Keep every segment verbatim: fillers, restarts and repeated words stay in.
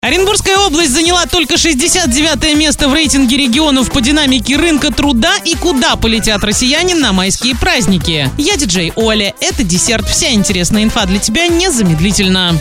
Оренбургская область заняла только шестьдесят девятое место в рейтинге регионов по динамике рынка труда и куда полетят россияне на майские праздники. Я диджей Оля, это десерт. Вся интересная инфа для тебя незамедлительно.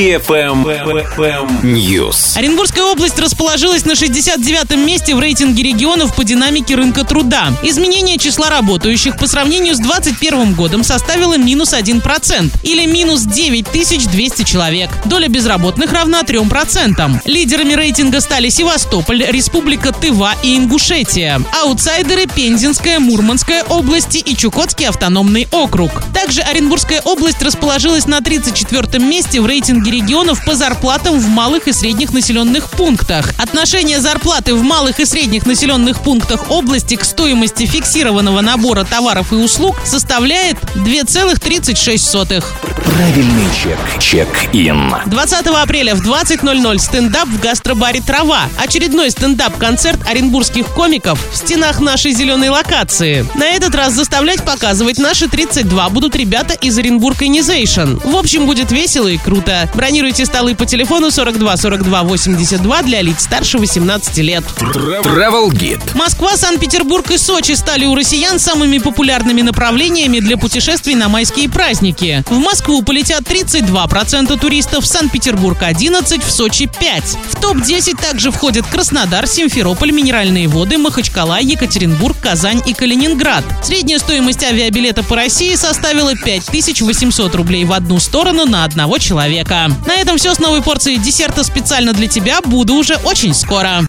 News. Оренбургская область расположилась на шестьдесят девятом месте в рейтинге регионов по динамике рынка труда. Изменение числа работающих по сравнению с двадцать первым годом составило минус один процент или минус девять тысяч двести человек. Доля безработных равна трем процентам. Лидерами рейтинга стали Севастополь, Республика Тыва и Ингушетия. Аутсайдеры – Пензенская, Мурманская области и Чукотский автономный округ. Также Оренбургская область расположилась на тридцать четвёртом месте в рейтинге регионов по зарплатам в малых и средних населенных пунктах. Отношение зарплаты в малых и средних населенных пунктах области к стоимости фиксированного набора товаров и услуг составляет две целых тридцать шесть сотых. Правильный чек. Чек-ин. двадцатого апреля в двадцать ноль ноль стендап в гастробаре «Трава». Очередной стендап-концерт оренбургских комиков в стенах нашей зеленой локации. На этот раз заставлять показывать наши тридцать два будут ребята из Оренбург Инизейшн. В общем, будет весело и круто. Бронируйте столы по телефону сорок два сорок два восемьдесят два для лиц старше восемнадцати лет. Travel Guide. Москва, Санкт-Петербург и Сочи стали у россиян самыми популярными направлениями для путешествий на майские праздники. В Москву полетят тридцать два процента туристов, в Санкт-Петербург одиннадцать процентов, в Сочи пять процентов. В топ десять также входят Краснодар, Симферополь, Минеральные воды, Махачкала, Екатеринбург, Казань и Калининград. Средняя стоимость авиабилета по России составила пять тысяч восемьсот рублей в одну сторону на одного человека. На этом все с новой порцией десерта специально для тебя. Буду уже очень скоро.